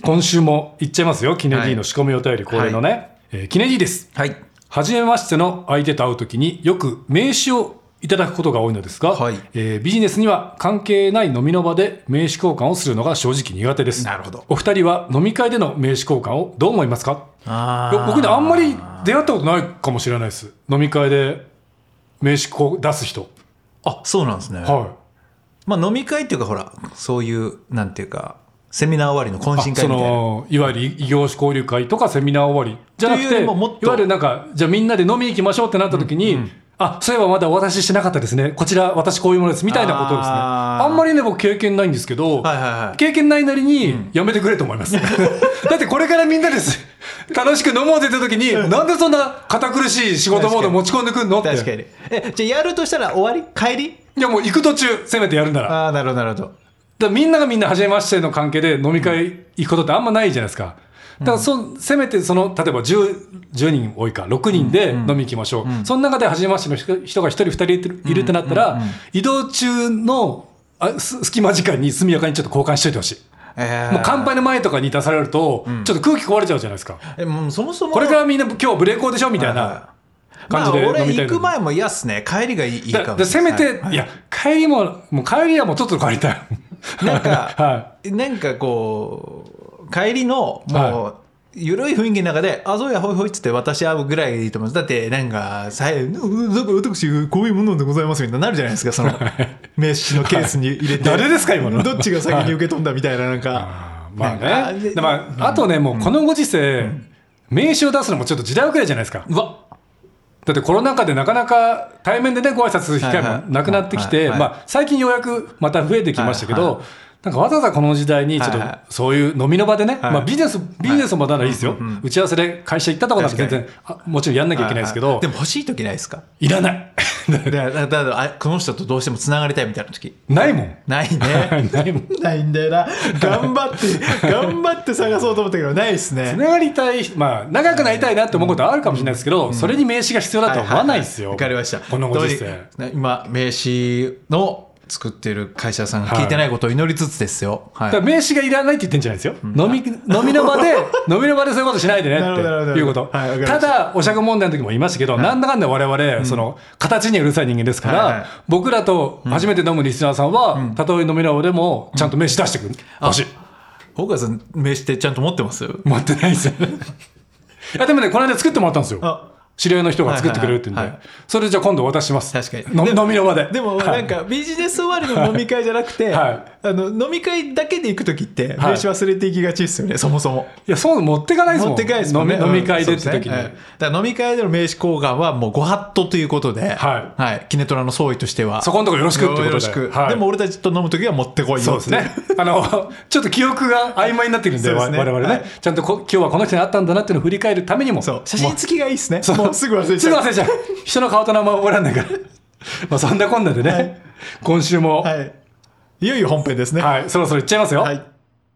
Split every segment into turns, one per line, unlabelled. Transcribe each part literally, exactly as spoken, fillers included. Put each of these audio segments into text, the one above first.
今週もいっちゃいますよ。キネ D の仕込みお便り恒例のね、はいえー、キネ D です。
はい。
初めましての相手と会うときによく名刺をいただくことが多いのですが、はいえー、ビジネスには関係ない飲みの場で名刺交換をするのが正直苦手です。
なるほど。
お二人は飲み会での名刺交換をどう思いますか？
あ
僕ねあんまり出会ったことないかもしれないです。飲み会で名刺こう出す人。
あ、そうなんですね。
はい。
まあ飲み会っていうかほらそういうなんていうかセミナー終わりの懇親会みたいな、
そのいわゆる異業種交流会とかセミナー終わりじゃなくて、いわゆるなんかじゃあみんなで飲みに行きましょうってなった時に、うんうん、あそういえばまだお渡ししてなかったですね、こちら私こういうものですみたいなことですね。 あ, あんまりね僕経験ないんですけど、はいはいはい、経験ないなりにやめてくれと思います、うん、だってこれからみんなです楽しく飲もうぜって時になんでそんな堅苦しい仕事モード持ち込んでくんのって。
確かに。えじゃあやるとしたら終わり帰り？
いやもう行く途中せめてやるなら。
あなるほどなるほど。
だみんながみんな初めましての関係で飲み会行くことってあんまないじゃないですか。だから そ,、うん、せめてその例えば 10, じゅうにん多いかろくにんで飲み行きましょう、うんうん、その中で初めましての人がひとりふたりいるってなったら、うんうんうん、移動中のあ隙間時間に速やかにちょっと交換しといてほしい、えー、もう乾杯の前とかに出されると、うん、ちょっと空気壊れちゃうじゃないですか。
えもうそもそも
これからみんな今日ブレーコーでしょみたいな感じで飲みたい、
まあ、俺行く前も嫌っすね。帰りがいいかもしれない。
せめて、はい、いや帰りももう帰りはもうちょっと帰りたい
なんか、はい、なんかこう帰りのもう緩い雰囲気の中で、あそうやほいほいっつって私会うぐらいでいいと思います。だってなんかさえ私こういうものでございますみたいになるじゃないですか、その名刺のケースに入れて
誰ですか今の
どっちが先に受け取んだみたいななんか、はい、
まあねで、まあ、あとねもうこのご時世、うん、名刺を出すのもちょっと時代遅れじゃないですか。うわだってコロナ禍でなかなか対面でねご挨拶する機会もなくなってきて、最近ようやくまた増えてきましたけど、はいはい、なんかわざわざこの時代にちょっとそういう飲みの場でね、はいはいまあ、ビジネスビジネスもまだいいですよ、はいうんうん、打ち合わせで会社行ったところなんて全然あもちろんやんなきゃいけないですけど、はいはい、
でも欲しい時ないですか？い
らない
だだだあこの人とどうしてもつながりたいみたいな時
ないもん。
ないね
ないもん
ないんだよな。頑張って頑張って探そうと思ったけどないですね。
つながりたい、まあ長くなりたいなって思うことはあるかもしれないですけど、うんうん、それに名刺が必要だとは思わないですよ。わ、
はいはいはい、かりました。
このご時世
今名刺の作ってる会社さんが聞いてないことを祈りつつですよ、はい、
だから名刺がいらないって言ってんじゃないですよ、うん、飲み、飲みの場で飲みの場でそういうことしないでねっていうこと、はい、ただお酌問題の時も言いましたけど、はい、なんだかんだ我々、うん、その形にうるさい人間ですから、はいはい、僕らと初めて飲むリスナーさんは、うん、たとえ飲みの場でもちゃんと名刺出してくる、ほ、うん、しい。
僕は名刺ってちゃんと持ってます？
持ってないですよいやでもねこの間作ってもらったんですよ。あ知り合いの人が作ってくれるって言うんで、はいはいはい、それじゃあ今度渡します。
確かに
飲みの場で。
でもなんかビジネス終わりの飲み会じゃなくて、はい、あの飲み会だけで行くときって名刺忘れていきがちですよね、はい、そもそも。い
やそう持ってかないですもん。持ってかないですもんね。飲み、飲み会でって時に、うんねはい、
だから飲み会での名刺交換はもうご法度ということで、はいはい、キネトラの総意としては
そこのとこよろしくってことで。
よろしく、はい、でも俺たちと飲むときは持ってこいよ。
そうですねあのちょっと記憶が曖昧になってくるんで、ね、我々ね、はい、ちゃんとこ今日はこの人に会ったんだなっていうのを振り返るためにも
そう写真付きがいいですね。もうすぐ忘れちゃう。
人の顔と名前覚えられないからまあそんなこんなでね、はい、今週も、
はい、いよいよ本編ですね。
はい、そろそろいっちゃいますよ、はい、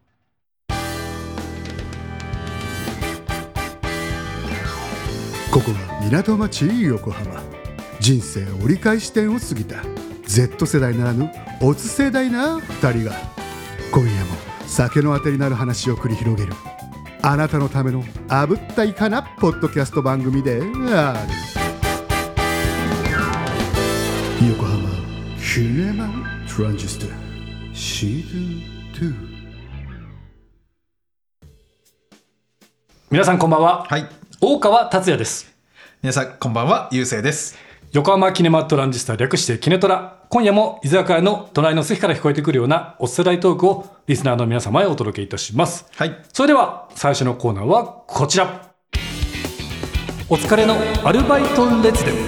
ここは港町横浜。人生折り返し点を過ぎた Z 世代ならぬオツ世代なふたりが今夜も酒のあてになる話を繰り広げるあなたのためのあぶったいかなポッドキャスト番組である。横浜シネマトランジスタシーズンに。
皆さんこんばんは、
はい、
大川達也です。
皆さんこんばんは、ゆうせいです。
横浜キネマトランジスタ略してキネトラ。今夜も居酒屋の隣の席から聞こえてくるようなお世代トークをリスナーの皆様へお届けいたします、はい、それでは最初のコーナーはこちら。お疲れのアルバイト列伝。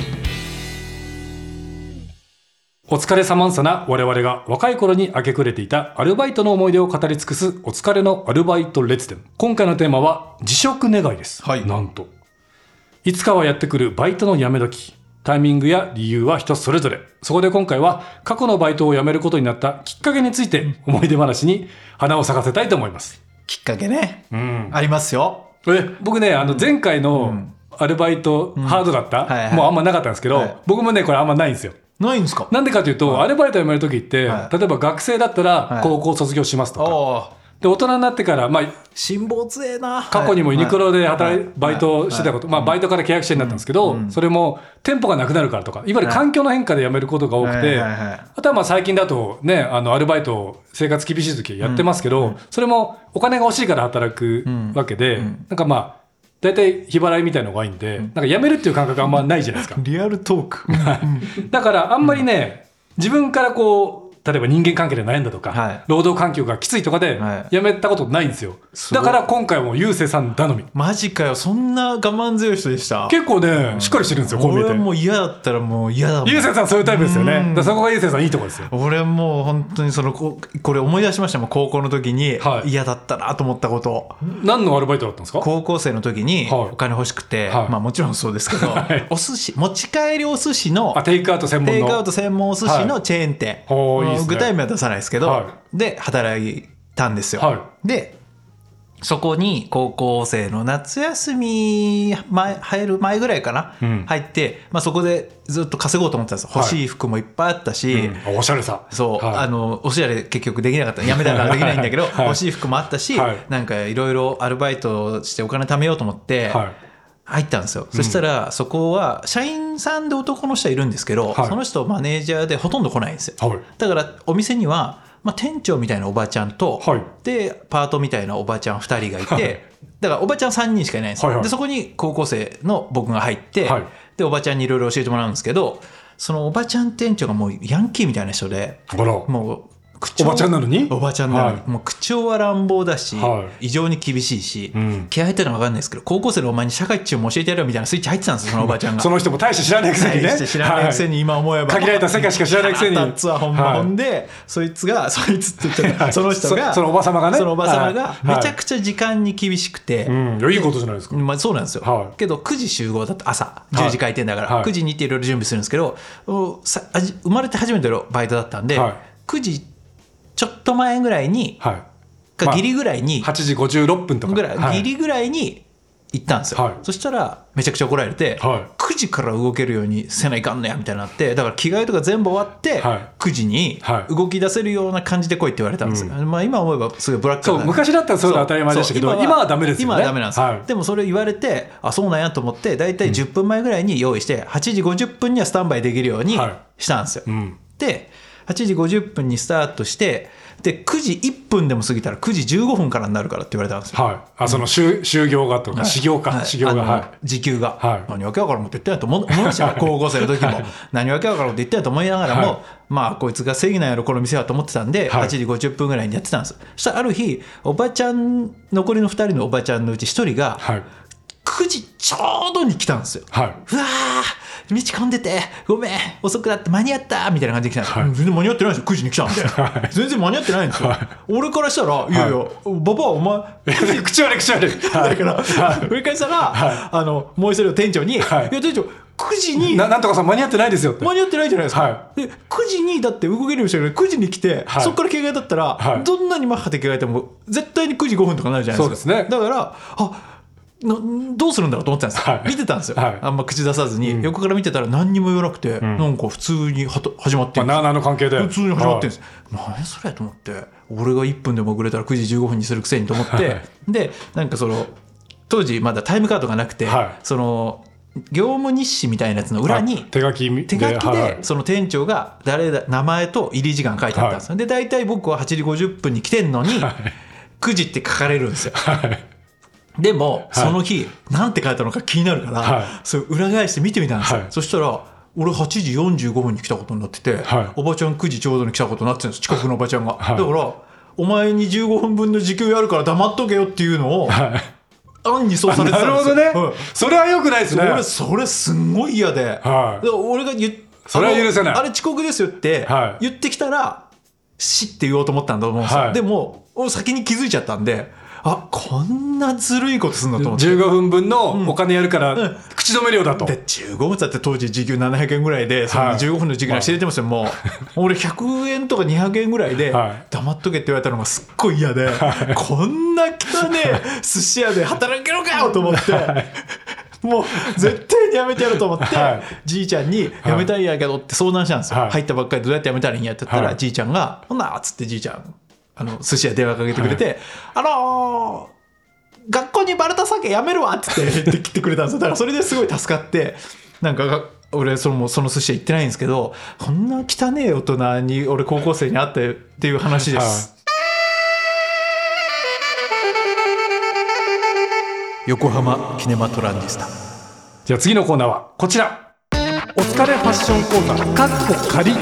お疲れ様んさな我々が若い頃に明け暮れていたアルバイトの思い出を語り尽くすお疲れのアルバイト列伝。今回のテーマは辞職願いです、はい、なんといつかはやってくるバイトの辞め時。タイミングや理由は人それぞれ。そこで今回は過去のバイトを辞めることになったきっかけについて思い出話に花を咲かせたいと思います。
きっかけね、うん、ありますよ。
え僕ねあの前回のアルバイトハードだった、うんはいはい、もうあんまなかったんですけど、はい、僕もねこれあんまないんですよ。
ないんですか？
なんでかというと、はい、アルバイト辞める時って、はい、例えば学生だったら高校卒業しますとか、はいで大人になってから、まあ、
辛抱強えな。
過去にもユニクロで働い、はい、バイトしてたこと、はい、まあ、バイトから契約者になったんですけど、うん、それも店舗がなくなるからとかいわゆる環境の変化で辞めることが多くて、はい、あとはまあ最近だとねあのアルバイト生活厳しい時やってますけど、うん、それもお金が欲しいから働くわけで、うん、なんかまあ大体日払いみたいなのが多いんで、うん、なんか辞めるっていう感覚あんまないじゃないですか。
リアルトーク
だからあんまりね、うん、自分からこう例えば人間関係で悩んだとか、はい、労働環境がきついとかで辞めたことないんですよ、はい、だから今回もゆうせいさん頼み。
マジかよ、そんな我慢強い人でした。
結構ね、うん、しっかりしてるんですよ。こう見えて
俺もう嫌だったらもう嫌だもん。
ゆうせいさんそういうタイプですよね。だからそこがゆうせいさんいいところですよ。
俺もう本当にそのこれ思い出しましたもん。高校の時に嫌だったなと思ったこと、はい、
何のアルバイトだったんですか。
高校生の時にお金欲しくて、はい、まあもちろんそうですけど、はい、お寿司持ち帰りお寿司の
あテイクアウト専門の
テイクアウト専門お寿司のチェーン店、はい、いいですね、具体名は出さないですけど、はい、で働いたんですよ、はい、でそこに高校生の夏休み前入る前ぐらいかな、うん、入って、まあ、そこでずっと稼ごうと思ってたんですよ。欲しい服もいっぱいあったし、
はい、うん、おしゃれさ
そう、はい、あのおしゃれ結局できなかった、やめたからできないんだけど、はい、欲しい服もあったし、はい、なんかいろいろアルバイトしてお金貯めようと思って入ったんですよ、はい、そしたらそこは社員さんで男の人はいるんですけど、はい、その人マネージャーでほとんど来ないんですよ、はい、だからお店にはまあ、店長みたいなおばちゃんと、はい、でパートみたいなおばちゃんふたりがいて、はい、だからおばちゃんさんにんしかいないんですよ、はいはい、でそこに高校生の僕が入って、はい、でおばちゃんにいろいろ教えてもらうんですけど、そのおばちゃん店長がもうヤンキーみたいな人で、もう
おばちゃんなのに
おばちゃんなのに、はい、もう口調は乱暴だし、はい、異常に厳しいし、うん、気合入ってるのか分かんないですけど、高校生のお前に社会中も教えてやるよみたいなスイッチ入ってたんですよ、そのおばちゃんが。
その人も大して知らないくせにね、
大して知らないくせに今思えば、
はい、限られた世界しか知らないくせに
立つはほんま、はい、ほんでそいつがそいつって言っちゃった、はい、その人が
そ, そのおば様がね
そのおば様がめちゃくちゃ時間に厳しくて、はい、
うん、いやいいことじゃないですか、
まあ、そうなんですよ、はい、けどくじ集合だった朝じゅうじ開店だから、はい、くじに行っていろいろ準備するんですけど、さ生まれて初めてのバイトだったんで、はい、くじちょっと前ぐらいに、はい、かギリぐらいに、
まあ、はちじごじゅうろっぷんとか
ぐらい、はい、ギリぐらいに行ったんですよ、はい、そしたらめちゃくちゃ怒られて、はい、くじから動けるようにせないかんのやみたいになって、だから着替えとか全部終わって、はい、くじに動き出せるような感じで来いって言われたんですよ、うん、まあ、今思えばすごいブラック
そう昔だったらそういうの当たり前でしたけど、今は、今はダメですよね。
今はダメなんですよ、はい、でもそれ言われて、あそうなんやと思って、だいたいじゅっぷんまえぐらいに用意して、はちじごじゅっぷんにはスタンバイできるようにしたんですよ、はい、うん、ではちじごじゅっぷんにスタートして、でくじいっぷんでも過ぎたらくじじゅうごふんからになるからって言われたんですよ、
はい、あその就業がとか、はい、始業か、はい、始業が、はい、
時給が、はい、何わけわからんこと言ってんやと思いましたよ高校生の時も何わけわからんこと言ってんやと思いながらも、はい、まあこいつが正義なんやろこの店はと思ってたんで、はい、はちじごじゅっぷんぐらいにやってたんです。そしたらある日おばちゃん残りのふたりのおばちゃんのうちひとりが、はい、くじちょうどに来たんですよ、はい、うわー道混んでてごめん遅くなって間に合ったみたいな感じで来たんですよ、はい、全然間に合ってないんですよ、くじに来たんで、はい、全然間に合ってないんですよ、はい、俺からしたらいやいや、はい、ババアお前
口悪い口悪い
だから、はい、俺からしたら、はい、あのもう一人の店長に、はい、いや店長くじに
な, なんとかさん間に合ってないですよって
間に合ってないじゃないですか、はい、でくじにだって動けるようにしてるのにくじに来て、はい、そこから着替えだったら、はい、どんなにマッハで着替えても絶対にくじごふんとかなるじゃないですか。そうですね。だからあどうするんだろうと思ってたんですよ、はい、見てたんですよ、はい、あんま口出さずに、うん、横から見てたら何にも言わなくて、うん、なんか普通にはと始まってるんです、
まあ、なあの関係で
普通に始まってるんです、はい、何それと思って、俺がいっぷんでも遅れたらくじじゅうごふんにするくせにと思って、はい、でなんかその当時まだタイムカードがなくて、はい、その業務日誌みたいなやつの裏に
手書きで、
手書きでその店長が誰だ名前と入り時間書いてあったんですよ、はい、で大体僕ははちじごじゅっぷんに来てんのに、はい、くじって書かれるんですよ、はいでも、はい、その日なんて書いたのか気になるから、はい、それ裏返して見てみたんですよ、はい、そしたら俺はちじよんじゅうごふんに来たことになってて、はい、おばちゃんくじちょうどに来たことになってるんです、近くのおばちゃんが、はい、だからお前にじゅうごふんぶんの時給やるから黙っとけよっていうのを、はい、暗にそうされてたんですよ。
なるほどね、はい、それは良くないですね。
俺それすんごい嫌で、はい、俺が言っ
それは許せない、
あれ遅刻ですよって言ってきたらしって言おうと思ったんだと思うんですよ、はい、でも俺先に気づいちゃったんで、あこんなずるいことすんだと思って、
じゅうごふんぶんのお金やるから口止め料だと、
うん、でじゅうごふんだって当時時給ななひゃくえんぐらいで、そのじゅうごふんの時給が知れてますよ、もう俺ひゃくえんとかにひゃくえんぐらいで黙っとけって言われたのがすっごい嫌で、こんな汚ねえ寿司屋で働けろかよと思って、もう絶対にやめてやると思って、はい、じいちゃんにやめたいんやけどって相談したんですよ、はい、入ったばっかりでどうやってやめたらいいんやって言ったら、はい、じいちゃんがほんなっつってじいちゃんあの寿司屋電話かけてくれて、はい、あのー学校にバレた酒やめるわって言って言ってきてくれたんですよ。だからそれですごい助かって、なんか俺そのその寿司屋行ってないんですけど、こんな汚ねえ大人に俺高校生に会ったっていう話です。横浜キネマトランジスタ。
じゃあ次のコーナーはこちら。お疲れファッション講座かっこ仮。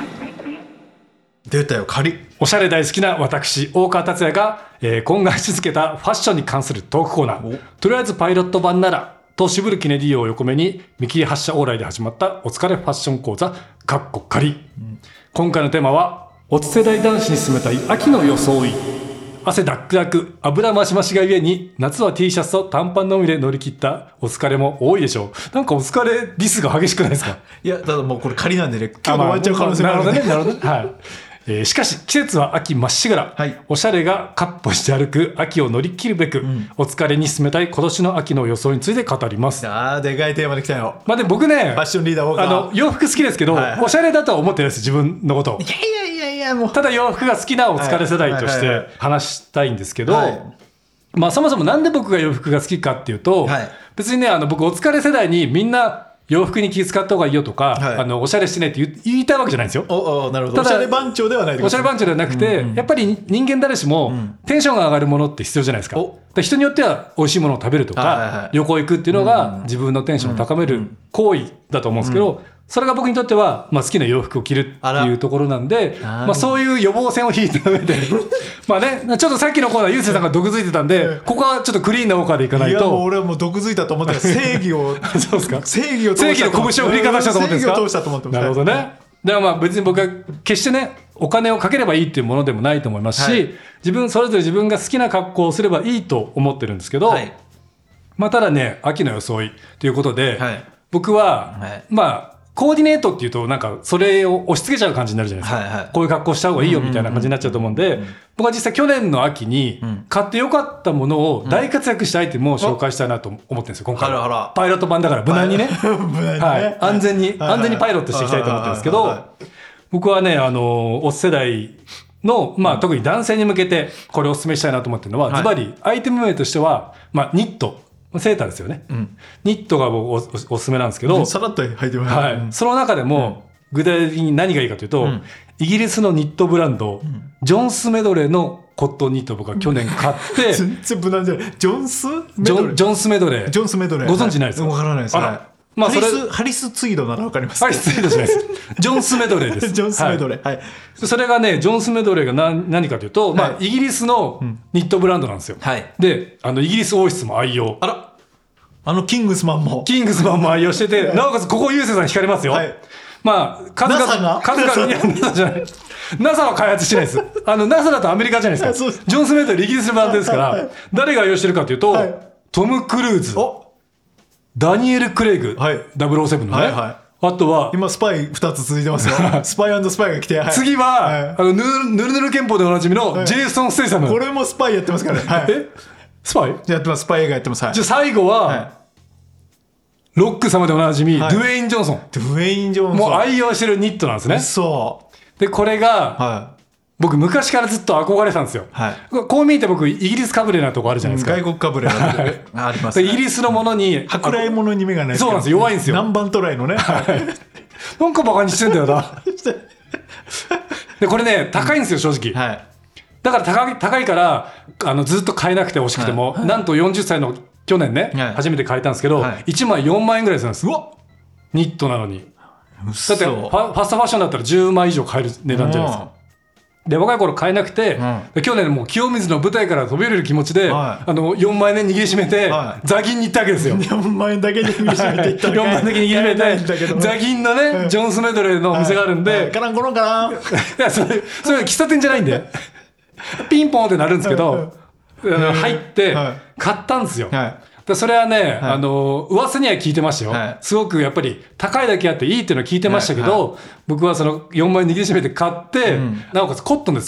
出たよ仮。
おしゃれ大好きな私大川達也が、えー、今後し続けたファッションに関するトークコーナー。とりあえずパイロット版ならと渋るキネディを横目に見切り発車往来で始まったお疲れファッション講座かっこ仮、うん、今回のテーマはおつ世代男子に勧めたい秋の装い。汗ダックダック油増し増しがゆえに夏は T シャツと短パンのみで乗り切ったお疲れも多いでしょう。なんかお疲れリスが激しくないですか？
いやただもうこれ仮なんでね、今日終わっちゃう可能性もある、
まあ、なるほどねなるほどねはいえー、しかし季節は秋まっしぐら、はい、おしゃれがかっ歩して歩く秋を乗り切るべく、うん、お疲れに進めたい今年の秋の装いについて語ります。
あーでかいテーマできたよ。
まあで僕ね
ファッションリーダー
あの洋服好きですけど、はいはい、おしゃれだとは思ってないです自分のことを。
いやいやいやいやもう
ただ洋服が好きなお疲れ世代として話したいんですけど、はいはいはいはい、まあそもそもなんで僕が洋服が好きかっていうと、はい、別にねあの僕お疲れ世代にみんな洋服に気遣った方がいいよとか、はい、あのおしゃれしてねって 言, 言いたいわけじゃないんですよ。
おおなるほど。おしゃれ番長ではない
おしゃれ番長ではなくて、うんうん、やっぱり人間誰しもテンションが上がるものって必要じゃないですか。で人によっては美味しいものを食べるとか、はいはいはい、旅行行くっていうのが自分のテンションを高める行為だと思うんですけど、うんうん、それが僕にとっては、まあ、好きな洋服を着るっていうところなんで、まあ、そういう予防線を引いた上でまあねちょっとさっきのコーナーゆうせいさんが毒づいてたんでここはちょっとクリーンなオーカーでいかないと。いや
もう俺はもう毒づいたと思って正義を
そうですか
正義を
正義の拳を振りかざしたと思ってるんですか？
正義を通したと思ってます。
なるほどね。でもまあ別に僕は決してねお金をかければいいっていうものでもないと思いますし、はい、自分それぞれ自分が好きな格好をすればいいと思ってるんですけど、はい、まあただね秋の装いということで、はい、僕は、はい、まあコーディネートっていうとなんかそれを押し付けちゃう感じになるじゃないですか、はいはい、こういう格好した方がいいよみたいな感じになっちゃうと思うんで、僕は実際去年の秋に買ってよかったものを大活躍したアイテムを紹介したいなと思ってるんですよ今回は。
はらはら
パイロット版だから無難にね
無難にね、
はい、安全に、はいはい、安全にパイロットしていきたいと思ってるんですけど、僕はねあのお世代の、まあ、特に男性に向けてこれをお勧めしたいなと思ってるのは、ズバリアイテム名としては、まあ、ニットセーターですよね、うん、ニットが僕 お, お, おすすめなんですけど、
さらっと履いてます、
はいうん、その中でも具体的に何がいいかというと、うん、イギリスのニットブランド、うん、ジョンスメドレーのコットンニットを僕は去年買って
全然無難じゃないジョンスメ
ドレージョンスメドレー
ジョンスメドレー
ご存知ないですか？
わからないです。
あらまあ、
ハリスハリスツイードなら分かります。
ハリスツイードじゃないですジョンスメドレーです
ジョンスメドレー、はいはい、
それがねジョンスメドレーが 何, 何かというと、はいまあ、イギリスのニットブランドなんですよ、はい、であのイギリス王室も愛用、
あらあのキングスマンも
キングスマンも愛用してて、はい、なおかつここゆうせいさん惹かれますよ、はい、まあ数々
ナサ が
数々いや ナサ じゃない ナサ は開発してないですあの ナサ だとアメリカじゃないですかジョンスメドレーイギリスのブランドですから、はい、誰が愛用してるかというと、はい、トム・クルーズ、ダニエル・クレイグ、はい、ダブルオーセブンのね、はいはい、あとは
今スパイふたつ続いてますよスパイ&スパイが来て、はい、
次は、はい、あのヌルヌル憲法でおなじみのジェイソン・ステイサム、
これもスパイやってますからね、はい、
えスパイ
やってます、スパイ映画やってます、はい、
じゃあ最後は、はい、ロック様でおなじみ、はい、ドゥエイン・ジョンソン
ドゥエイン・ジョンソン
もう愛用してるニットなんですね。
そう
でこれが、はい、僕昔からずっと憧れてたんですよ、はい、こう見て僕イギリスかぶれなとこあるじゃないですか、
外国かぶれなとこあります、
ね、イギリスのものに
舶来物に目がない。
そうなんです、弱いんですよ、
南蛮トライのね、はい、
なんかバカにしてんだよなでこれね高いんですよ正直、はい、だから高い、高いからあのずっと買えなくて欲しくても、はい、なんとよんじゅっさいの去年ね、はい、初めて買えたんですけど、はい、いちまいよんまんえんぐらいするんです。うわニットなのにだってファ、ファストファッションだったらじゅうまん以上買える値段じゃないですか。で若い頃買えなくて、うん、去年もう清水の舞台から飛び降りる気持ちで、はい、あのよんまんえん握りしめて、はい、座銀に行ったわけですよ。よ
んまんえんだけ握りしめていったら
よんまんえんだけ握りしめて座銀のね、はい、ジョンスメドレーのお店があるんで、はいはい、
カランコロンカランい
やそれそれ喫茶店じゃないんでピンポンってなるんですけど、はいはい、入って買ったんですよ、はい、それはね、はい、あの噂には聞いてましたよ、はい、すごくやっぱり高いだけあっていいっていうのは聞いてましたけど、はいはい、僕はそのよんまんえん握りしめて買って、うん、なおかつコットンですよ。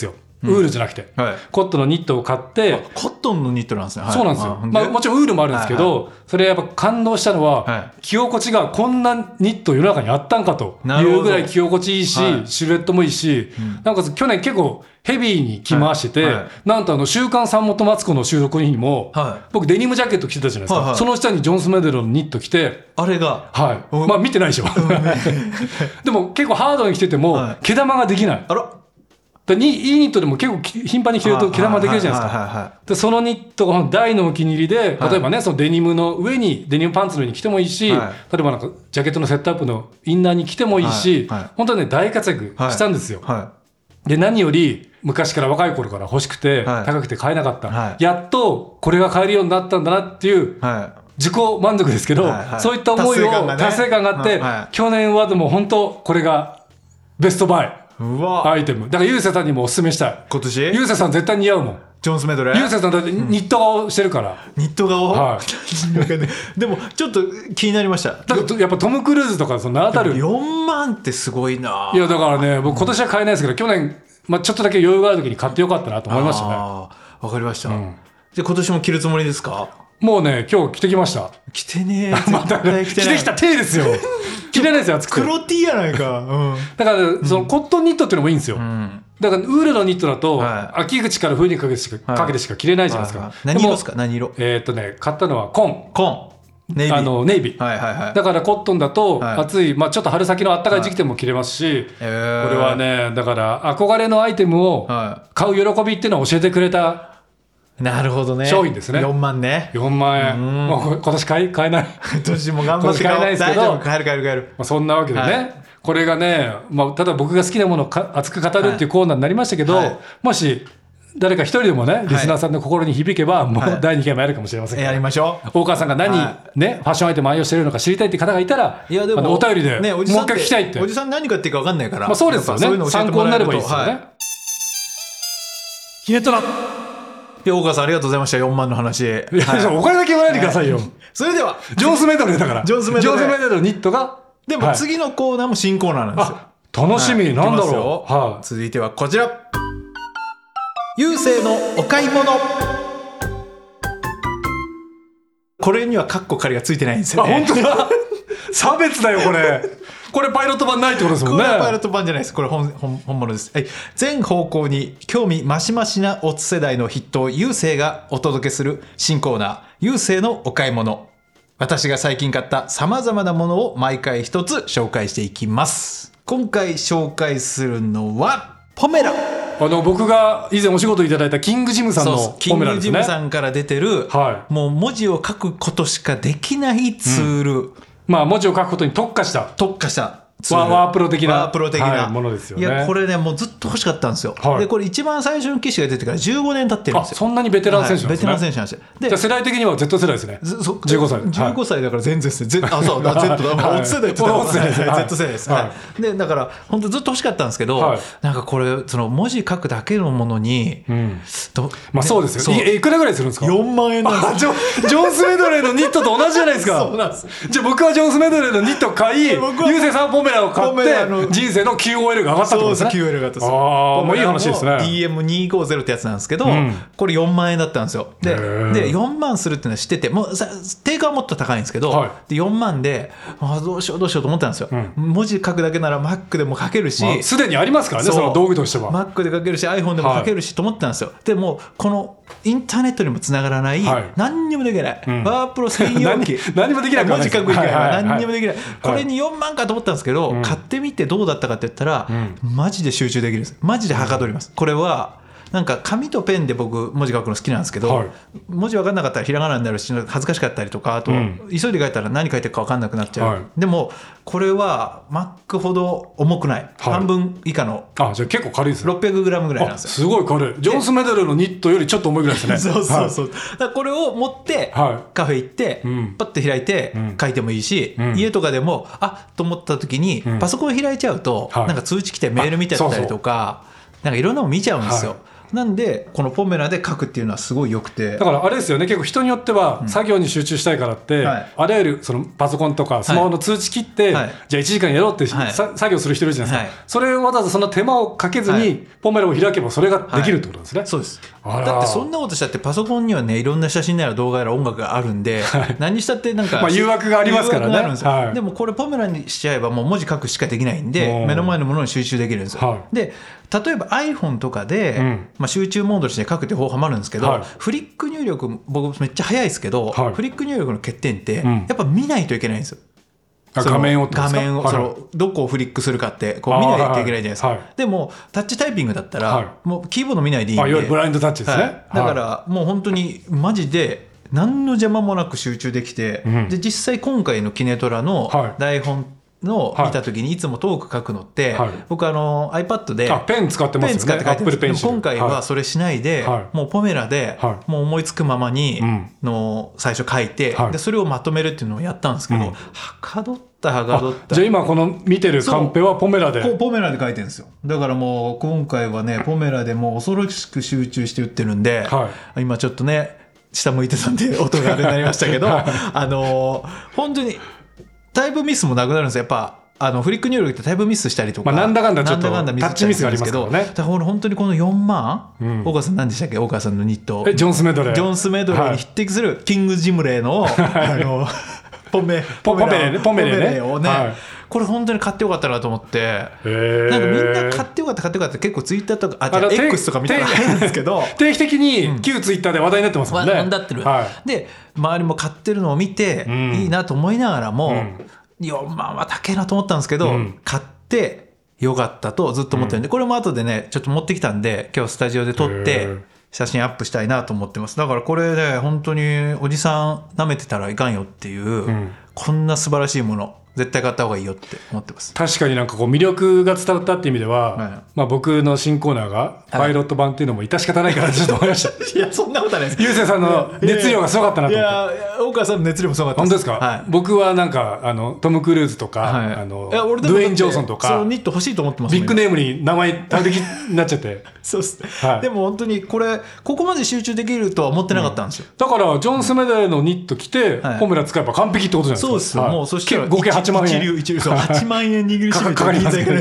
ウールじゃなくて、
はい、
コットンのニットを買って
コットンのニットなんですね、はい、
そうなんですよ、まあ、もちろんウールもあるんですけど、はいはい、それやっぱ感動したのは、はい、着心地がこんなニット世の中にあったんかというぐらい着心地いいし、はい、シルエットもいいし、うん、なんか去年結構ヘビーに着回してて、はいはい、なんとあの週刊さんもとマツコの収録にも、はい、僕デニムジャケット着てたじゃないですか、はいはい、その下にジョンス・メデロのニット着て、
あれが
はいまあ見てないでしょでも結構ハードに着てても、はい、毛玉ができない。あらだにいいニットでも結構頻繁に着ると毛玉できるじゃないですか。でそのニットが大のお気に入りで、例えばね、そのデニムの上にデニムパンツの上に着てもいいし、はい、例えばなんかジャケットのセットアップのインナーに着てもいいし、はいはい、本当にね大活躍したんですよ、はいはい、で何より昔から若い頃から欲しくて、はい、高くて買えなかった、はい、やっとこれが買えるようになったんだなっていう、はい、自己満足ですけど、はいはい、そういった思いを達成感があって、ねはい、去年はでも本当これがベストバイうわアイテムだからゆうせいさんにもおすすめしたい。
今年
ゆうせいさん絶対似合うもん。
ジョンスメドレー。
ゆうせいさんだってニット顔してるから、うん、
ニット顔、はい、でもちょっと気になりました。
だからやっぱトム・クルーズとかそのあたる
よんまんってすごいな。
いやだからね僕今年は買えないですけど、去年、まあ、ちょっとだけ余裕がある時に買ってよかったなと思いましたね。
あわかりました、うん、で今年も着るつもりですか。
もうね今日着てきました。
着てねえまたね
着てきた手ですよ着れないですよ暑くて。
黒 T やないか、うん、
だからそのコットンニットっていうのもいいんですよ、うん、だからウールのニットだと、はい、秋口から冬にかけてしか、はい、かけてしか着れないじゃないですか、はいはいはい、
何色ですか。何色。
えー、っとね買ったのは紺
紺ネイビー。
あのネイビー、
はいはいはい、
だからコットンだと暑い、はいまあ、ちょっと春先の暖かい時期でも着れますし、はい、これはねだから憧れのアイテムを買う喜びっていうのを教えてくれた
なるほどね。
商品ですね。
よんまんね。
よんまんえん。もう今年買い買えない。
今年も頑張って買えないですけど。大丈夫買える買える買える。
まあ、そんなわけでね。はい、これがね、まあ、ただ僕が好きなものをか熱く語るっていうコーナーになりましたけど、はい、もし誰か一人でもねリスナーさんの心に響けば、はい、もうだいにかいもやるかもしれませんから、
やりましょう。
大川さんが何、はい、ねファッションアイテム愛用してるのか知りたいって方がいたら、いやでもあのお便りで、ね、もう一回聞きたいって。
おじさん何かっていうか分かんないから、
まあ、そうですよね。そういうの参考になればいいですよね。はい、
キネトラ。いや大川さんありがとうございました。よんまんの話。いや、
はい、お金だけ言わないでくださいよ。はい、
それでは
ジョンスメドレーだから。
ジョンスメドレー。
ジョンスメドレーのニットが。
でも次のコーナーも新コーナーなんですよ。
楽しみ、はい、なんだろう、
はい、続いてはこちら。ゆうせいのお買い物。これにはカッコ仮がついてないんですよね。
あ本当だ差別だよこれこれパイロット版ないってことですもんね。
これはパイロット版じゃないです。これ 本, 本, 本物です、はい、全方向に興味マシマシなオツ世代の筆頭ゆうせいがお届けする新コーナー、ゆうせいのお買い物。私が最近買ったさまざまなものを毎回一つ紹介していきます。今回紹介するのはポメラ。
あの僕が以前お仕事いただいたキングジムさんのポメラですね。
キングジムさんから出てる、はい、もう文字を書くことしかできないツール、うん、ま
あ文字を書くことに特化した
特化した
ワー, ワープロ的な
ワープロ的な、
はい、ものですよね。
いやこれねもうずっと欲しかったんですよ、はい、でこれ一番最初の機種が出てからじゅうごねん経ってるんですよ。
あそんなにベテラン選手なんですね、
はい、ベテラン選手なんですよ。で
じゃあ世代的には Z 世代ですね。じゅうごさい
じゅうごさいだから全然ですね、はい、あそうだ Z だ、はい、オツ世代って言ったら Z 世代です、はいはい、でだから本当ずっと欲しかったんですけど、はい、なんかこれその文字書くだけのものに、うん
まあ、そうですよ。 い, いくらぐらいするんですか。
よんまんえんなんですよ。
ジョンスメドレーのニットと同じじゃないですか。
そうなんです。
じゃあ僕はジョンスメドレーのニットを買い、ゆうせいさんはポメラを買って人生の キューオーエル が上がったってことですね。
そうです キューオーエル が上がったんですよ。
ああもういい話ですね。
ディーエムにひゃくごじゅう ってやつなんですけど、うん、これよんまんえんだったんですよ。 で, でよんまんするっていうのは知ってて、もうさ定価はもっと高いんですけど、はい、でよんまんであどうしようどうしようと思ったんですよ、うん、文字書くだけなら Mac でも書けるし、
すで、まあ、にありますからね、その道具としては
Mac で書けるし iPhone でも書けるし、はい、と思ったんですよ。でもこのインターネットにもつながらない、はい、何にもできない、うん、ワープロ専用機
何もできない
文字書く以外は何にもできない、はいはい、これによんまんかと思ったんですけど、はい、買ってみてどうだったかって言ったら、うん、マジで集中できるんです。マジではかどります、うん、これはなんか紙とペンで僕文字書くの好きなんですけど、はい、文字分かんなかったらひらがなになるし恥ずかしかったりとか、あと、うん、急いで書いたら何書いてるか分かんなくなっちゃう、はい、でもこれは Mac ほど重くない、はい、半分以下の、
あじゃあ結構軽いですね。
ろっぴゃくグラム ぐらいなんですよ。
すごい軽い。ジョンスメドレーのニットよりちょっと重いぐらいですね。
そうそうそう、はい、だからこれを持ってカフェ行って、はい、パッと開いて書いてもいいし、うん、家とかでもあっと思った時にパソコン開いちゃうと、うん、なんか通知来てメール見てたりとか、なんかいろんなの見ちゃうんですよ、はい。 なんでこのポメラで書くっていうのはすごい良くて、
だからあれですよね、結構人によっては作業に集中したいからって、うん、はい、あらゆるそのパソコンとかスマホの通知切って、はい、じゃあいちじかんやろうって、はい、作業する人いるじゃないですか、はい、それをわざわざそんな手間をかけずに、はい、ポメラを開けばそれができるってことですね、はい、
そうです。だってそんなことしたってパソコンにはねいろんな写真やら動画やら音楽があるんで、はい、何したってなんか
まあ誘惑がありますからね。
で, はい、でもこれポメラにしちゃえばもう文字書くしかできないんで目の前のものに集中できるんですよ、はい、で例えば iPhone とかで、うん、まあ、集中モードにして書くって方法はまるんですけど、はい、フリック入力僕めっちゃ早いですけど、はい、フリック入力の欠点って、うん、やっぱ見ないといけないんですよ。
画面を
画面を、はい、そのどこをフリックするかってこう見ないといけないじゃないですか、はいはい、でもタッチタイピングだったら、はい、もうキーボード見ないでいいんで、
いわゆるブラインドタッチですね、はい、
だからもう本当にマジで何の邪魔もなく集中できて、うん、で実際今回のキネトラの台本の見た時にいつもトーク書くのって、はい、僕あの iPad で
ペン使ってますよね。ペン使って書いてます。
でも今回はそれしないで、はい、もうポメラで、はい、もう思いつくままにの最初書いて、はい、でそれをまとめるっていうのをやったんですけど、うん、はかどったはかどった。
じゃあ今この見てるカンペはポメラで
ポメラで書いてるんですよ。だからもう今回はねポメラでもう恐ろしく集中して打ってるんで、はい、今ちょっとね下向いてたんで音があれになりましたけど、はい、あの本当にタイプミスもなくなるんですよ。やっぱあのフリック入力ってタイプミスしたりとか、
まあ、なんだかんだちょっとタッチミスがありますけどね。
だから本当にこのよんまん、うん、大川さん何でしたっけ、大川さんのニット
えジョンスメドレー
ジョンスメドレーに匹敵するキングジムレーの、はい、あのポメ
ポメレポメレ
をね、はい、これ本当に買ってよかったなと思って、なんかみんな買ってよかった買ってよかった結構ツイッターとかあじゃあ X とか見たらあるんですけど
定期的に旧ツイッターで話題になってますもんね。
話題になってる、はい、で周りも買ってるのを見て、うん、いいなと思いながらも、うん、よんまんは高いなと思ったんですけど、うん、買ってよかったとずっと思ってるんで、うん、これも後でねちょっと持ってきたんで今日スタジオで撮って写真アップしたいなと思ってます。だからこれね本当におじさん舐めてたらいかんよっていう、うん、こんな素晴らしいもの絶対買った方がいいよって思ってます。
確かになんかこう魅力が伝わったっていう意味では、はい、まあ、僕の新コーナーがパイロット版っていうのも致し方ないかなってちょっと思いました
いやそんなことはないです。
ゆうせいさんの熱量がすごかったなと思って。いやい
や大川さんの熱量もすごかったです。
本当ですか、はい、僕はなんかあのトム・クルーズとか、はい、あのドゥェイン・ジョンソンとか
そのニット欲しいと思ってます、
ね、ビッグネームに名前食べきになっちゃって
そうっす、はい、でも本当にこれここまで集中できるとは思ってなかったんですよ、
うん、だからジョン・スメダレのニット着て、はい、ポメラ使えば完璧ってことじゃないですか。
そうです、はい、もうそしたら
合計はちまんえん
一流一流そうはちまんえん握りしめてかかりますね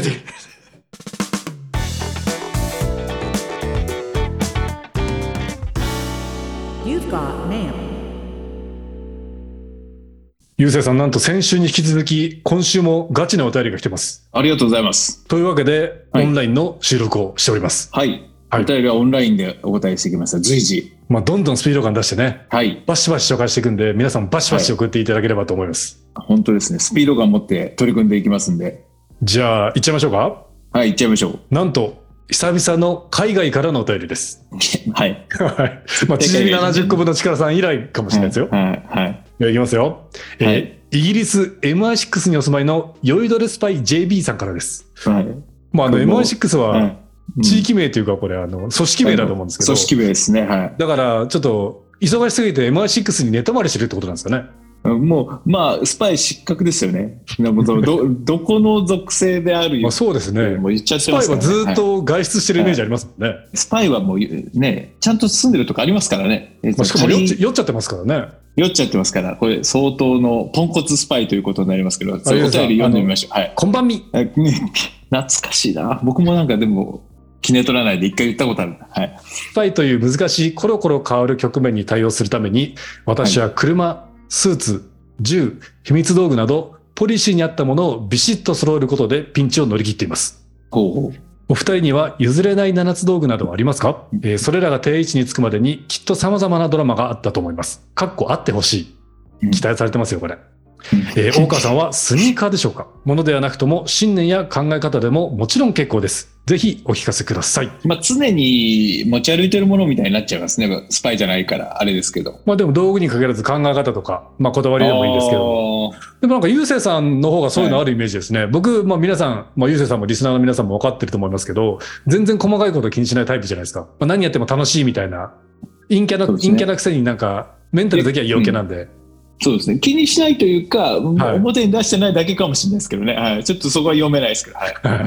ゆうせいさん、なんと先週に引き続き今週もガチなお便りが来てます。
ありがとうございます。
というわけで、はい、オンラインの収録をしております。
はい、はい、お便りはオンラインでお答えしてきました。随時、
まあ、どんどんスピード感出してね、はい、バシバシ紹介していくんで皆さんバシバシ送っていただければと思います、
はい、本当ですね。スピード感持って取り組んでいきますんで。
じゃあ行っちゃいましょうか。
はい、行っちゃいましょう。
なんと久々の海外からのお便りです
はい、
まあ、縮みななじゅっこぶの力さん以来かもしれないですよ。
はい、はいはい、
では行きますよ、えーはい、イギリス エムアイシックス にお住まいのヨイドルスパイ ジェービー さんからです、はい、まあ、あの エムアイシックス は地域名というかこれあの組織名だと思うんですけど、
組織名ですね、はい、
だからちょっと忙しすぎて エムアイシックス に寝泊まりしてるってことなんですかね。
もうまあスパイ失格ですよね。ど, どこの属性であるよ、
まあ、そうですね。
もう言っちゃってますからね。
スパイはずっと外出してるイメージありますもんね、はいはい、
スパイはもうねちゃんと住んでるとこありますからね、
まあ、しかも酔っち、酔っちゃってますからね。
酔っちゃってますからこれ相当のポンコツスパイということになりますけど、そういうお便り読んでみましょう。はい、
こんばんみ
懐かしいな。僕もなんかでも気ね取らないで一回言ったことある、はい、
スパイという難しいコロコロ変わる局面に対応するために私は車、はい、スーツ、銃、秘密道具などポリシーに合ったものをビシッと揃えることでピンチを乗り切っています。
ほうほう。
お二人には譲れないななつ道具などはありますか？えー、それらが定位置につくまでにきっと様々なドラマがあったと思います。かっこあってほしい。期待されてますよこれ。えー、大川さんはスニーカーでしょうか？ものではなくとも信念や考え方でももちろん結構です。ぜひお聞かせください。
まあ、常に持ち歩いてるものみたいになっちゃいますね。スパイじゃないからあれですけど。
まあでも道具に限らず考え方とか、まあ、こだわりでもいいんですけど。でもなんかゆうせいさんの方がそういうのあるイメージですね。はい、僕、まあ皆さん、まあゆうせいさんもリスナーの皆さんも分かってると思いますけど、全然細かいこと気にしないタイプじゃないですか。まあ、何やっても楽しいみたいな。陰キャな、ね、陰キャなくせになんかメンタルだけは陽キャなんで。
そうですね。気にしないというか、はい、表に出してないだけかもしれないですけどね。はい、ちょっとそこは読めないですけど。はい。はい、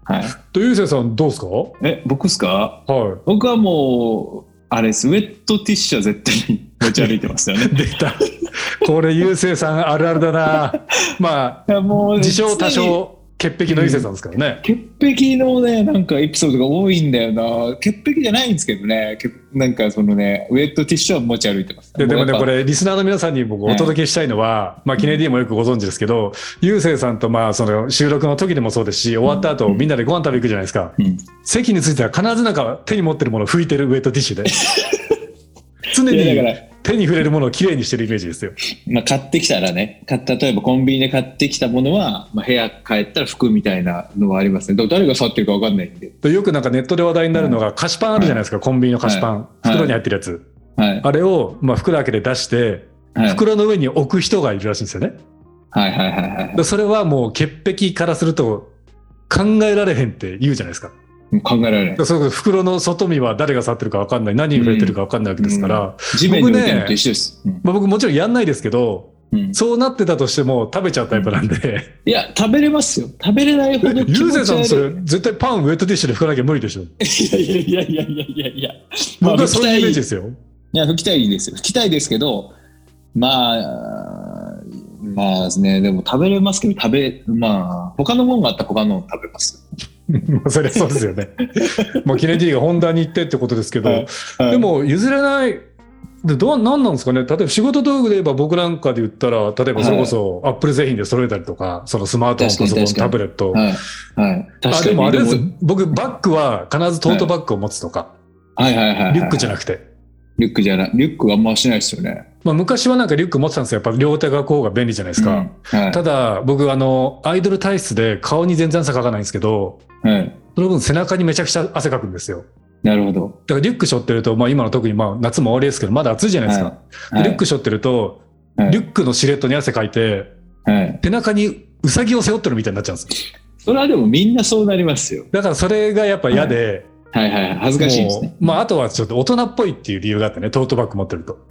はい。
と、ゆうせいさんどうですか？
え、僕っすか？
は
僕はもう、あれです、ウェットティッシュは絶対に持ち歩いてますよね。
い。出た。これ、ゆうせいさんあるあるだな。まあ、
いやもう
自称多
常に
少、潔癖のゆうせいさんですからね。
潔癖のね、なんかエピソードが多いんだよな。潔癖じゃないんですけどね、けなんかそのね、ウェットティッシュは持ち歩いてます。
ででもね、
やっぱ
これ、リスナーの皆さんに僕お届けしたいのは、まあ、キネディもよくご存知ですけど、ゆうせいさんとまあ、その収録の時でもそうですし、終わった後、みんなでご飯食べ行くじゃないですか。
うん
席については必ずなんか手に持ってるものを拭いてるウェットティッシュで。常
いやだから
に手に触れるものをきれいにしてるイメージですよ。
まあ、買ってきたらね、か例えばコンビニで買ってきたものは、まあ、部屋帰ったら服みたいなのはありますね。だから誰が触ってるか分かんないんで。
でよくなんかネットで話題になるのが、菓子パンあるじゃないですか、コンビニの菓子パン。
はい
袋に入ってるやつ。
はい。
あれを、まあ、袋開けて出して、
はい
袋の上に置く人がいるらしいんですよね。
はいはいはいはい
でそれはもう潔癖からすると考えられへんって言うじゃないですか。
考えられない。
でそれ袋の外見は誰が触ってるか分かんない、何に触れてるか分かんないわけですから、
うん地面に置いてるのと一緒です。うん
まあ、僕もちろんやんないですけど、
うん
そうなってたとしても食べちゃうタイプなんで、
いや、食べれますよ。食べれないほど気
ゆう
持ち悪い。
せいさんそれ絶対パンウェットティッシュで拭かなきゃ無理でしょ。
いやいやいやいやいやいやいや。
僕はそういうイメージ
まあ
ですよ。
いや、拭きたいですよ。拭きたいですけど、まあ、まあね、でも食べれますけど、食べ、まあ、他のものがあったら他の食べます
それそうですよね。まあキネディがホンダに行ってってことですけど、
はいはい
でも譲れないでどう何なんですかね。例えば仕事道具で言えば僕なんかで言ったら、例えばそれこそアップル製品で揃えたりとか、そのスマートフォン、パソコン、
確かに確かに
タブレット。
はい。はい。確
あ
かに。
でもあれです
でも。
僕バッグは必ずトートバッグを持つとか、
はいはいはいはい。
リュックじゃなくて。
リュックじゃない。リュックはあんましないですよね。
まあ、昔はなんかリュック持ってたんですよ。やっぱ両手がこうが便利じゃないですか。
うんはい。
ただ僕あのアイドル体質で顔に全然汗かかないんですけど、
はい。
その分背中にめちゃくちゃ汗かくんですよ。
なるほど。
だからリュック背負ってると、まあ今の特にまあ夏も終わりですけど、まだ暑いじゃないですか。
はい
でリュック背負ってると、
はい
リュックのシレットに汗かいて、
はい。
背中にウサギを背負ってるみたいになっちゃうんですよ。
それはでもみんなそうなりますよ。
だからそれがやっぱ嫌で、
はいはいはい。恥ずかしいですね。
もうまああとはちょっと大人っぽいっていう理由があってね、トートバッグ持ってると。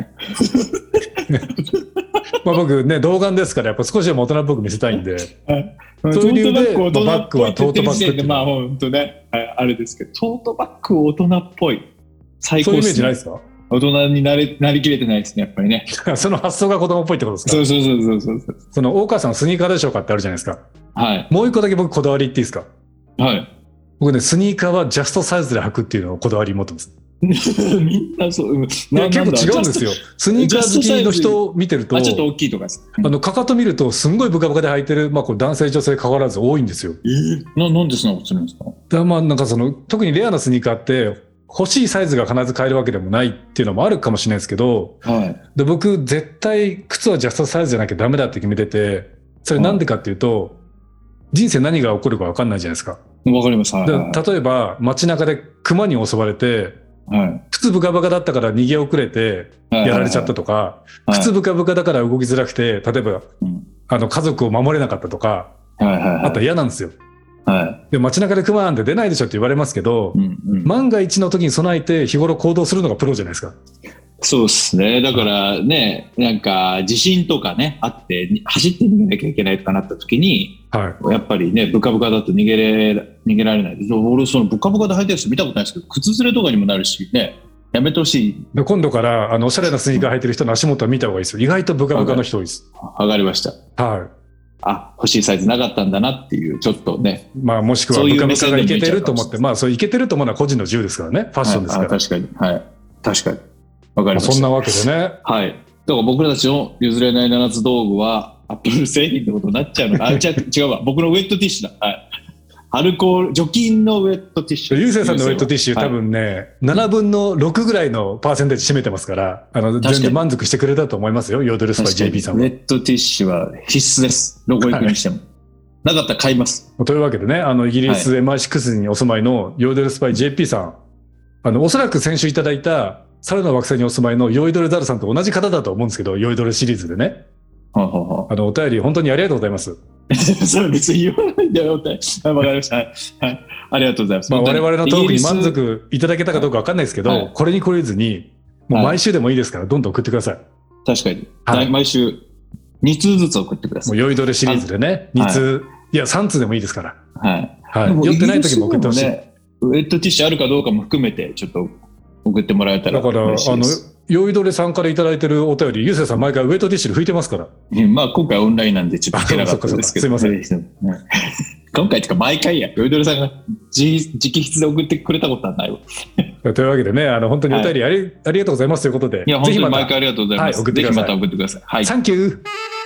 まあ僕ね、童顔ですから、やっぱ少しでも大人っぽく見せたいんで、そういう理由で
トートバッグを大人っぽいって言ってる時点
まあバッグはトートバッグっていう
で、まあ本当ね、はいあれですけど、トートバッグ大人っぽい。最
そういうイメー
高っすね。
ジないですか？
大人になれなりきれてないですね、やっぱりね。
その発想が子供っぽいってことですか？
そうそうそうそうそうそう。
その大川さんのスニーカーでしょうかってあるじゃないですか。
はい。
もう一個だけ僕こだわり言っていいですか？
はい。
僕ね、スニーカーはジャストサイズで履くっていうのをこだわり持ってます。
みんなそう。うん
いや結構違うんです
よ。
よ。スニーカー好きの人を見てると、
あ、ちょっと大きいとかです。
あの、かかと見るとすんごいブカブカで履いてる、まあこれ男性女性変わらず多いんですよ。
えー、ななんでそんなことするんですか？
だからまあなんかその、特にレアなスニーカーって欲しいサイズが必ず買えるわけでもないっていうのもあるかもしれないですけど、
はい。
で僕絶対靴はジャストサイズじゃなきゃダメだって決めてて、それなんでかっていうと、人生何が起こるか分かんないじゃないですか。
わかります。はい。はい
で例えば街中で熊に襲われて、
はい。
靴ブカブカだったから逃げ遅れてやられちゃったとか、
はい
靴ブカブカだから動きづらくて、例えば
うん
あの家族を守れなかったとか、
はいはいはい。
あったら嫌なんですよ。
はい。
で街中で熊なんて出ないでしょって言われますけど、
うんうん。
万が一の時に備えて日頃行動するのがプロじゃないですか。
そうですね。だからね、なんか地震とかね、あって、走って逃げなきゃいけないとかなった時に、
はい。
やっぱりね、ブカブカだと逃げれ、逃げられない。俺、そのブカブカで履いてる人見たことないですけど、靴ずれとかにもなるし、ね、やめてほしい。
で今度からあのおしゃれなスニーカー履いてる人の足元は見た方がいいですよ。意外とブカブカの人多いです。
わかりました。
は
あ、欲しいサイズなかったんだなっていう、ちょっとね。
い。まあもしくは
そういう
ブカブカがいけてると思って、
目線でもいいんちゃうかもしれない
まあそういけてると思うのは個人の自由ですからね。ファッションですから。
はい、あ確かに。はい。確かに。わか
まあ
りました。
そんなわけでね。
はい。だから僕たちの譲れないななつ道具は、アップル製品ってことになっちゃうのか。あ、違う、違うわ。僕のウェットティッシュだ。はい。アルコール、除菌のウェットティッシュ。
ゆうせいさんのウェットティッシュ、
はい
多分ね、ななぶんのろくぐらいのパーセンテージ占めてますから、あの、
かに
全然満足してくれたと思いますよ、ヨーデルスパイ ジェーピー さんは。
ウェットティッシュは必須です。どこ行くにしても。なかったら買います。
というわけでね、あの、イギリス エムアイシックス にお住まいのヨーデルスパイ ジェーピー さん、あの、おそらく先週いただいた、猿の惑星にお住まいのヨイドルザルさんと同じ方だと思うんですけど、ヨイドルシリーズでね。
はあはあは
あの、お便り本当にありがとうございます。
あそれ別に言わないんだよって。はいわかりました。はい。はいありがとうございます。
まあ、我々のトークに満
イギリ
足いただけたかどうかわかんないですけど、
はい
これに懲りずに、もう毎週でもいいですから、どんどん送ってください。
ス確かに。
はい
毎週に通ずつ送ってください。
もうヨイドルシリーズでね、に通、いや、さん通でもいいですから。
はい。
はい、酔ってない時も送ってほしい、ね、
ウェットティッシュあるかどうかも含めてちょっと送ってもらえたら
嬉しいです。だからあの酔いどれさんからいただいてるお便り、ゆうせいさん毎回ウェットティッシュで拭いてますから。
まあ今回オンラインなんでちょっと拭けなかったですけど、
すいません。
今回ってか毎回や、酔いどれさんが直筆で送ってくれたことはないわ。
というわけでね、あの本当にお便りあり、はい、ありがとうございますということで、
いや本当に毎回ありがとうございます。はい、
送ってください。
ぜひまた送ってください。はい。
サンキュー。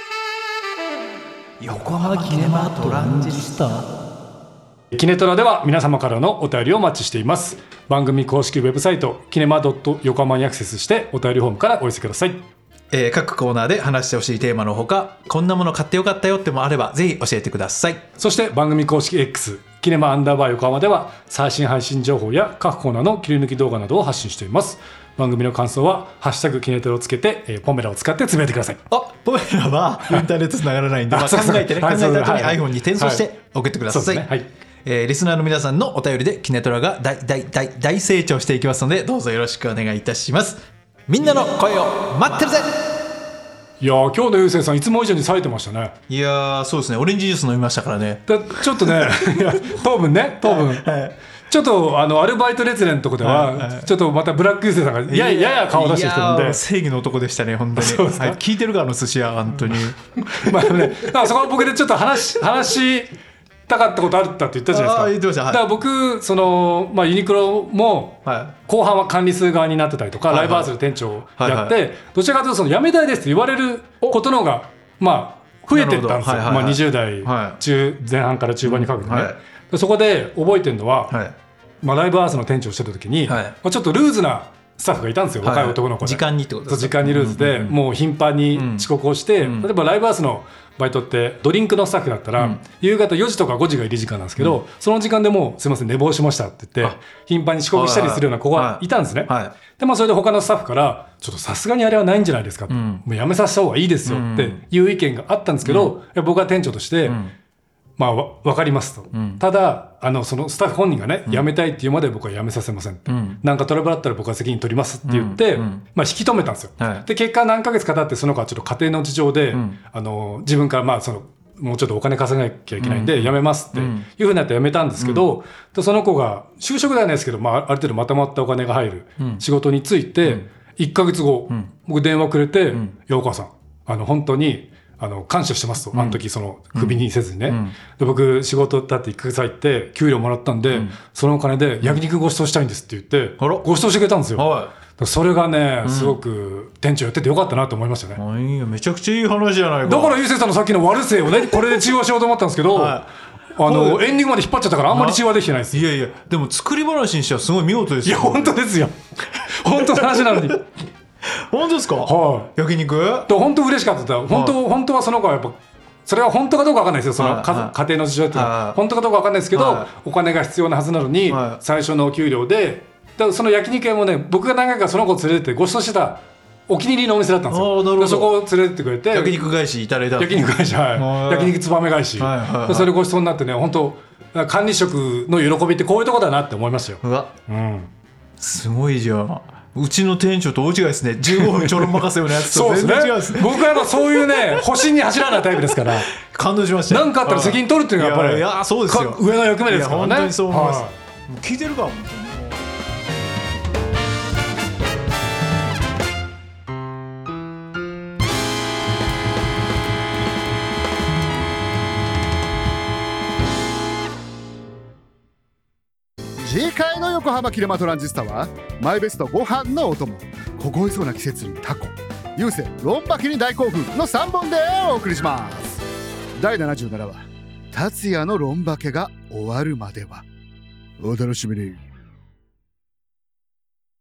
横浜キネマトランジスタ。
キネトラでは皆様からのお便りをお待ちしています。番組公式ウェブサイトキネマドット横浜にアクセスしてお便りフォームからお寄せください。
えー、各コーナーで話してほしいテーマのほか、こんなもの買ってよかったよってもあればぜひ教えてください。
そして番組公式 X キネマアンダーバー横浜では最新配信情報や各コーナーの切り抜き動画などを発信しています。番組の感想はハッシュタグキネトラをつけて、えー、ポメラを使ってつぶやいてください。
あ、ポメラはインターネットつながらないんで、まあ、考えてね、考えた後に iPhone に転送して送ってください。はい、えー、リスナーの皆さんのお便りでキネトラが大大大大成長していきますので、どうぞよろしくお願いいたします。みんなの声を待ってるぜ。
いやー、今日のゆうせいさんいつも以上に冴えてましたね。
いやー、そうですね、オレンジジュース飲みましたからね。
だちょっとねいや糖分ね糖分、はいはい、ちょっとあのアルバイト列伝のとこでは、はいはい、ちょっとまたブラックユーセイさんがややや顔出してきてるんで、
正義の男でしたね本当に。はい、聞いてるからの寿司屋本当に
まあでもね、だからそこは僕でちょっと話話したかったことあったって言ったじゃないですか。
あ、言ってました、はい、
だから僕その、まあ、ユニクロも後半は管理数側になってたりとか、はいはい、ライブハウスの店長をやって、はいはい、どちらかというとその辞めたいですって言われることの方がまあ増えてったんですよ、はいはいはい、まあ、にじゅう代中、はい、前半から中盤にかけてね、はい、そこで覚えてるのは、はい、まあ、ライブハウスの店長をしてた時に、はい、まあ、ちょっとルーズなスタッフがいたんですよ、はい、若い男の子で。
時間にってことですか。
時間にルーズで、うんうんうん、もう頻繁に遅刻をして、うん、例えばライブハウスのバイトってドリンクのスタッフだったら、うん、夕方よじとかごじが入り時間なんですけど、うん、その時間でもうすいません寝坊しましたって言って頻繁に遅刻したりするような子がいたんですね、はいはい、でまあ、それで他のスタッフからちょっとさすがにあれはないんじゃないですかと、うん、もうやめさせた方がいいですよっていう意見があったんですけど、うん、僕は店長として、うん、まあ、分かりますと、うん、ただあのそのスタッフ本人がね、うん、辞めたいっていうまで僕は辞めさせませんって、うん、なんかトラブルあったら僕は責任取りますって言って、うんうん、まあ、引き止めたんですよ、はい、で結果何ヶ月か経ってその子はちょっと家庭の事情で、うん、あの自分からまあそのもうちょっとお金稼がなきゃいけないんで辞めますっていうふうになって辞めたんですけど、うん、その子が就職ではないですけど、まあ、ある程度まとまったお金が入る仕事について、うん、いっかげつご、うん、僕電話くれて、うん、いやお母さんあの本当にあの感謝してますと、うん、あの時そのクビにせずにね、うん、で僕仕事だっていっかげつ入って給料もらったんで、うん、そのお金で焼肉ご馳走したいんですって言って、うん、ご馳走してくれたんですよ、はい、それがね、うん、すごく店長やっててよかったなと思いましたね。
いいよ、めちゃくちゃいい話じゃないか。
だからゆうせいさんのさっきの悪性をねこれで中和しようと思ったんですけど、はい、あのエンディングまで引っ張っちゃったからあんまり中和できてないです。
いやいや、でも作り話にしてはすごい見事ですよ。
いや本当ですよ本当の話なのに
本当ですか。はい、焼肉
本当嬉しかった。本当、はい、本当はその子はやっぱそれは本当かどうか分かんないですよ、その、はい、家庭の事情っていうのは本当かどうか分かんないですけど、はい、お金が必要なはずなのに、はい、最初のお給料でだからその焼肉屋もね、僕が何回かその子を連れてってご馳走してたお気に入りのお店だったんですよ。そこを連れてってくれて
焼肉返しいただいた。
焼肉返し、はい、焼肉つばめ返し、はいはいはい、それご馳走になってね、本当管理職の喜びってこういうとこだなって思いましたよ。
うわ、うん、すごいじゃん。うちの店長と大違いですね。じゅうごふんちょろん任せようなやつと全然違うんですね。
僕はそういうね星に走らないタイプですから
感動しました。
何かあったら責任取るっていうのがやっぱり、
いやいやそうですよ、
上の役目ですからね。
本当にそう思います、はい、聞いてるか。
次回の横浜キネマトランジスタはマイベストご飯のお供、凍えそうな季節にタコ、ゆうせいロンバケに大興奮のさんぼんでお送りします。だいななじゅうななわ達也のロンバケが終わるまではお楽しみに。